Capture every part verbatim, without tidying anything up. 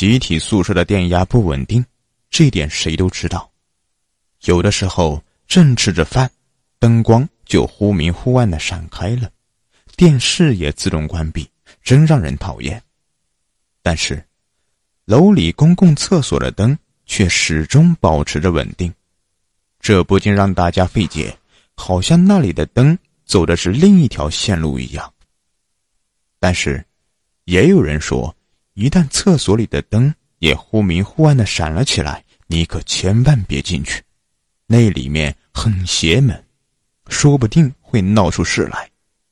集体宿舍的电压不稳定，这点谁都知道。有的时候正吃着饭，灯光就忽明忽暗的闪开了，电视也自动关闭，真让人讨厌。但是楼里公共厕所的灯却始终保持着稳定，这不禁让大家费解，好像那里的灯走的是另一条线路一样。但是也有人说，一旦厕所里的灯也忽明忽暗的闪了起来，你可千万别进去，那里面很邪门，说不定会闹出事来。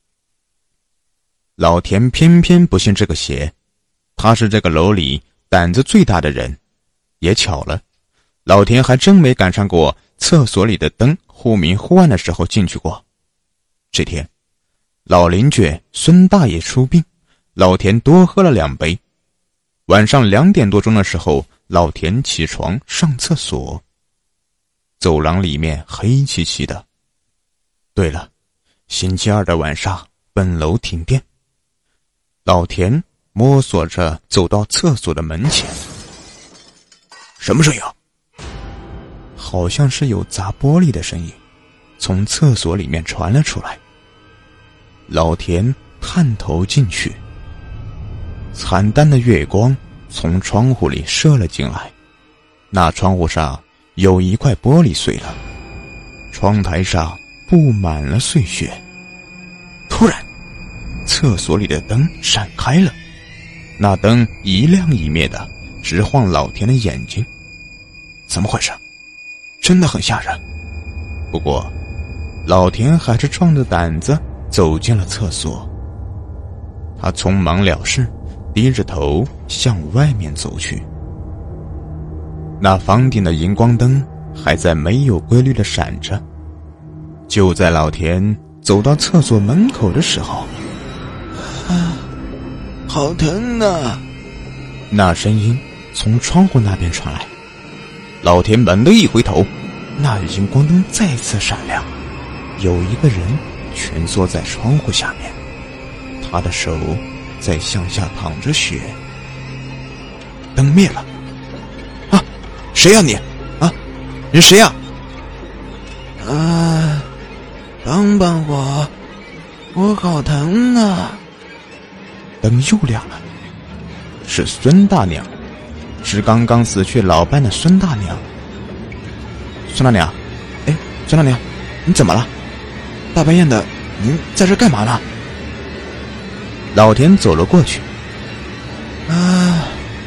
老田偏偏不信这个邪，他是这个楼里胆子最大的人。也巧了，老田还真没赶上过厕所里的灯忽明忽暗的时候进去过。这天老邻居孙大爷出殡，老田多喝了两杯。晚上两点多钟的时候，老田起床上厕所，走廊里面黑漆漆的。对了，星期二的晚上本楼停电。老田摸索着走到厕所的门前。什么声音啊？好像是有砸玻璃的声音，从厕所里面传了出来。老田探头进去，惨淡的月光从窗户里射了进来，那窗户上有一块玻璃碎了，窗台上布满了碎屑。突然厕所里的灯闪开了，那灯一亮一灭的，直晃老田的眼睛。怎么回事？真的很吓人。不过老田还是壮着胆子走进了厕所。他匆忙了事，低着头向外面走去。那房顶的荧光灯还在没有规律的闪着。就在老田走到厕所门口的时候， 啊，好疼啊！ 那声音从窗户那边传来。老田猛地一回头，那荧光灯再次闪亮，有一个人蜷缩在窗户下面，他的手在向下淌着血。灯灭了。啊，谁呀你？啊，你谁呀？ 啊，帮帮我，我好疼啊！ 灯又亮了，是孙大娘，是刚刚死去老伴的孙大娘。孙大娘，哎，孙大娘，你怎么了？大半夜的，您在这干嘛呢？老田走了过去。 啊，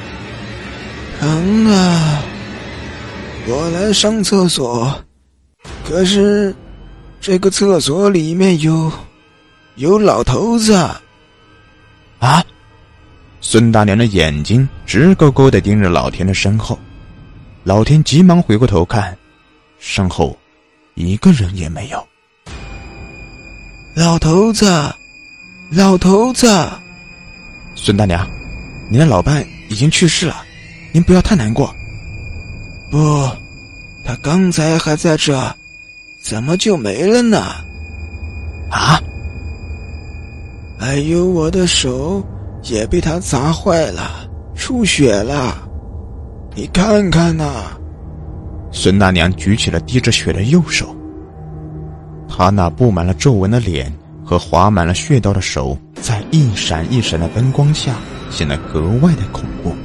疼啊！我来上厕所，可是这个厕所里面有有老头子。 啊！孙大娘的眼睛直勾勾地盯着老田的身后。老田急忙回过头看，身后一个人也没有。 老头子，老头子！ 孙大娘，您的老伴已经去世了，您不要太难过。 不，他刚才还在这，怎么就没了呢？ 啊！ 还有我的手也被他砸坏了，出血了，你看看呐！ 孙大娘举起了滴着血的右手，她那布满了皱纹的脸和划满了血道的手，在一闪一闪的灯光下显得格外的恐怖。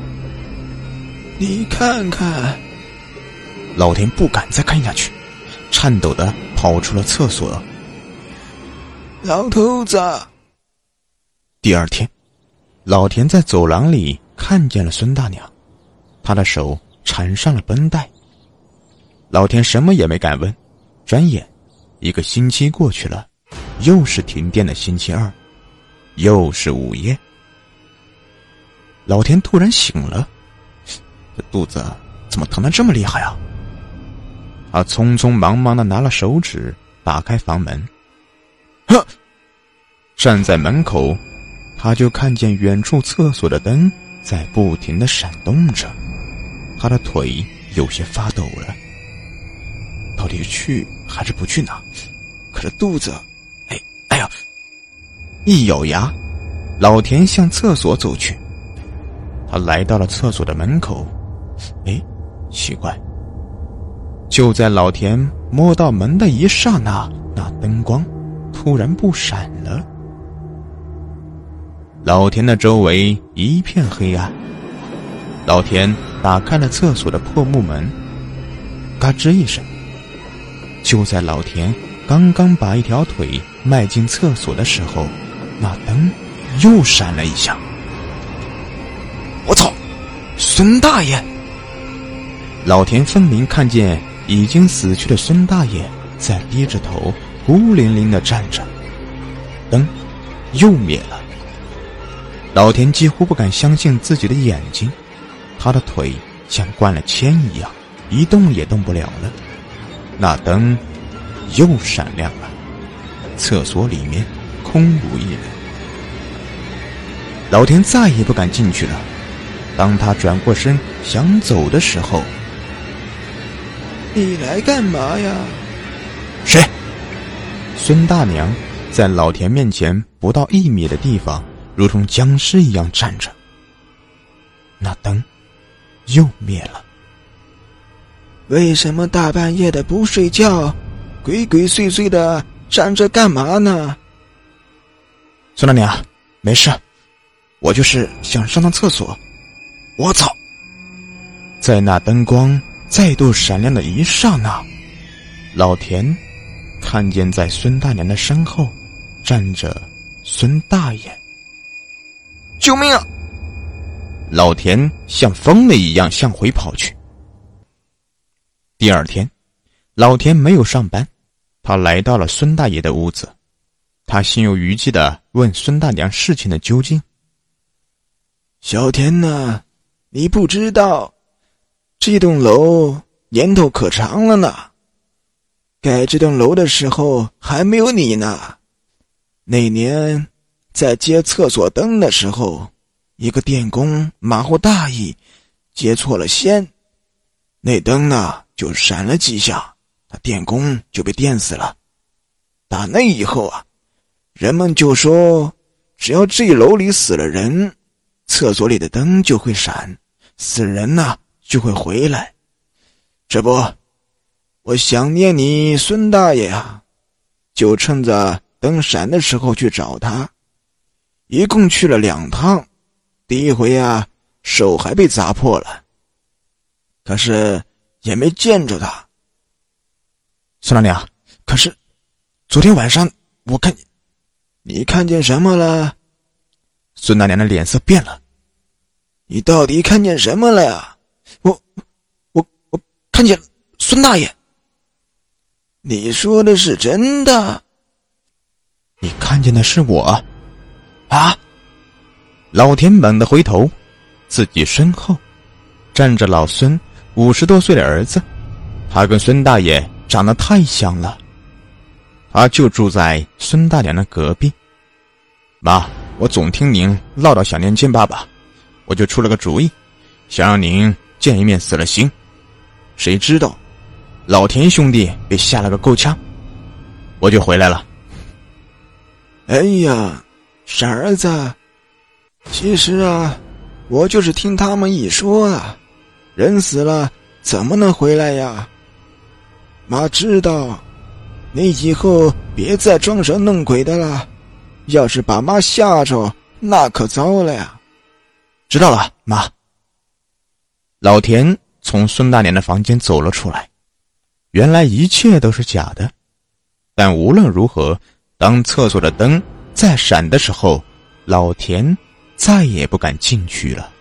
你看看！ 老田不敢再看下去，颤抖地跑出了厕所。 老头子！ 第二天，老田在走廊里看见了孙大娘，她的手缠上了绷带。老田什么也没敢问，转眼一个星期过去了，又是停电的星期二，又是午夜。老田突然醒了，这肚子怎么疼得这么厉害啊？他匆匆忙忙地拿了手指打开房门，呵，站在门口，他就看见远处厕所的灯在不停地闪动着，他的腿有些发抖了。到底去还是不去呢？可是肚子，哎，哎呀！一咬牙，老田向厕所走去。 他来到了厕所的门口。哎，奇怪，就在老田摸到门的一刹那，那灯光突然不闪了。老田的周围一片黑暗，老田打开了厕所的破木门，嘎吱一声，就在老田刚刚把一条腿迈进厕所的时候，那灯又闪了一下。 我操，孙大爷！ 老田分明看见已经死去的孙大爷在低着头孤零零地站着，灯又灭了。老田几乎不敢相信自己的眼睛，他的腿像灌了铅一样，一动也动不了了。那灯又闪亮了，厕所里面空无一人。老田再也不敢进去了。当他转过身想走的时候， 你来干嘛呀？ 谁？孙大娘在老田面前不到一米的地方，如同僵尸一样站着。那灯又灭了。 为什么大半夜的不睡觉，鬼鬼祟祟的站着干嘛呢？ 孙大娘，没事，我就是想上趟厕所。 我操！ 在那灯光再度闪亮的一刹那，老田看见在孙大娘的身后站着孙大爷。 救命啊！ 老田像疯了一样向回跑去。第二天，老田没有上班，他来到了孙大爷的屋子。他心有余悸地问孙大娘事情的究竟。 小田呢？你不知道，这栋楼年头可长了呢。盖这栋楼的时候还没有你呢。那年在接厕所灯的时候，一个电工马虎大意，接错了线，那灯呢就闪了几下，那电工就被电死了。打那以后啊，人们就说，只要这楼里死了人，厕所里的灯就会闪，死人呢就会回来。这不，我想念你孙大爷啊，就趁着灯闪的时候去找他。一共去了两趟，第一回啊，手还被砸破了，可是也没见着他。 孙大娘，可是昨天晚上我看见…… 你看见什么了？ 孙大娘的脸色变了。 你到底看见什么了呀？我我我看见孙大爷。你说的是真的？ 你看见的是我啊？ 老田猛地回头，自己身后站着老孙五十多岁的儿子，他跟孙大爷长得太像了。他就住在孙大娘的隔壁。妈，我总听您唠叨想念见爸爸，我就出了个主意，想让您见一面死了心。谁知道老田兄弟被吓了个够呛，我就回来了。 哎呀，傻儿子，其实啊，我就是听他们一说啊，人死了怎么能回来呀？妈知道，你以后别再装神弄鬼的了，要是把妈吓着，那可糟了呀。 知道了，妈。老田从孙大娘的房间走了出来，原来一切都是假的，但无论如何，当厕所的灯在闪的时候，老田再也不敢进去了。